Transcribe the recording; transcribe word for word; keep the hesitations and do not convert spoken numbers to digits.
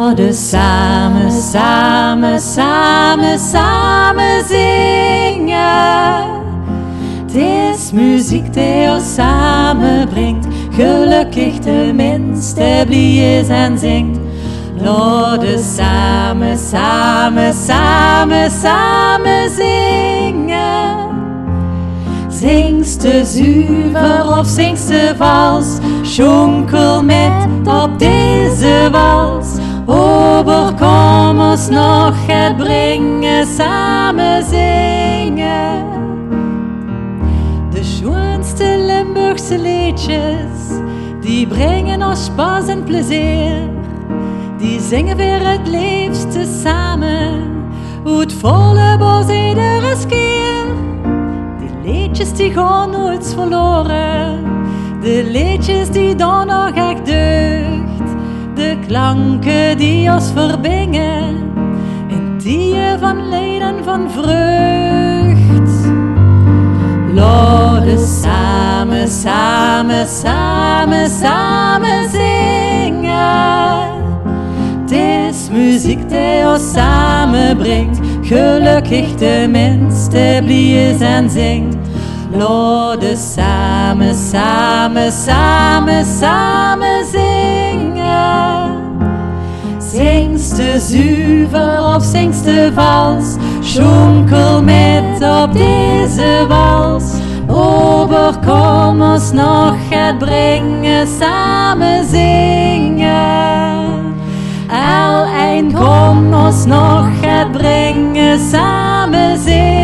Laten samen, samen, samen, samen zingen. Het is muziek die ons samenbrengt, gelukkig tenminste blij is en zingt. Laten samen, samen, samen, samen zingen. Zingst te zuiver of zingst te vals, schonkel met op deze wals. Overkom ons nog het brengen, samen zingen. De schoonste Limburgse liedjes, die brengen ons spas en plezier. Die zingen weer het liefste samen, hoe het volle bos iedere keer. Die liedjes die gaan nooit verloren, de liedjes die dan nog echt deugd. De klanken die ons verbingen, in tijden van leed en van vreugd. Laten samen, samen, samen, samen zingen. Het is muziek die ons samenbrengt, gelukkig tenminste blij is en zingt. Laten samen, samen, samen, samen zingen. Zingst te zuiver of zingst te vals, schonkel met op deze wals. Overkom ons nog het brengen, samen zingen. Al eind kom ons nog het brengen, samen zingen.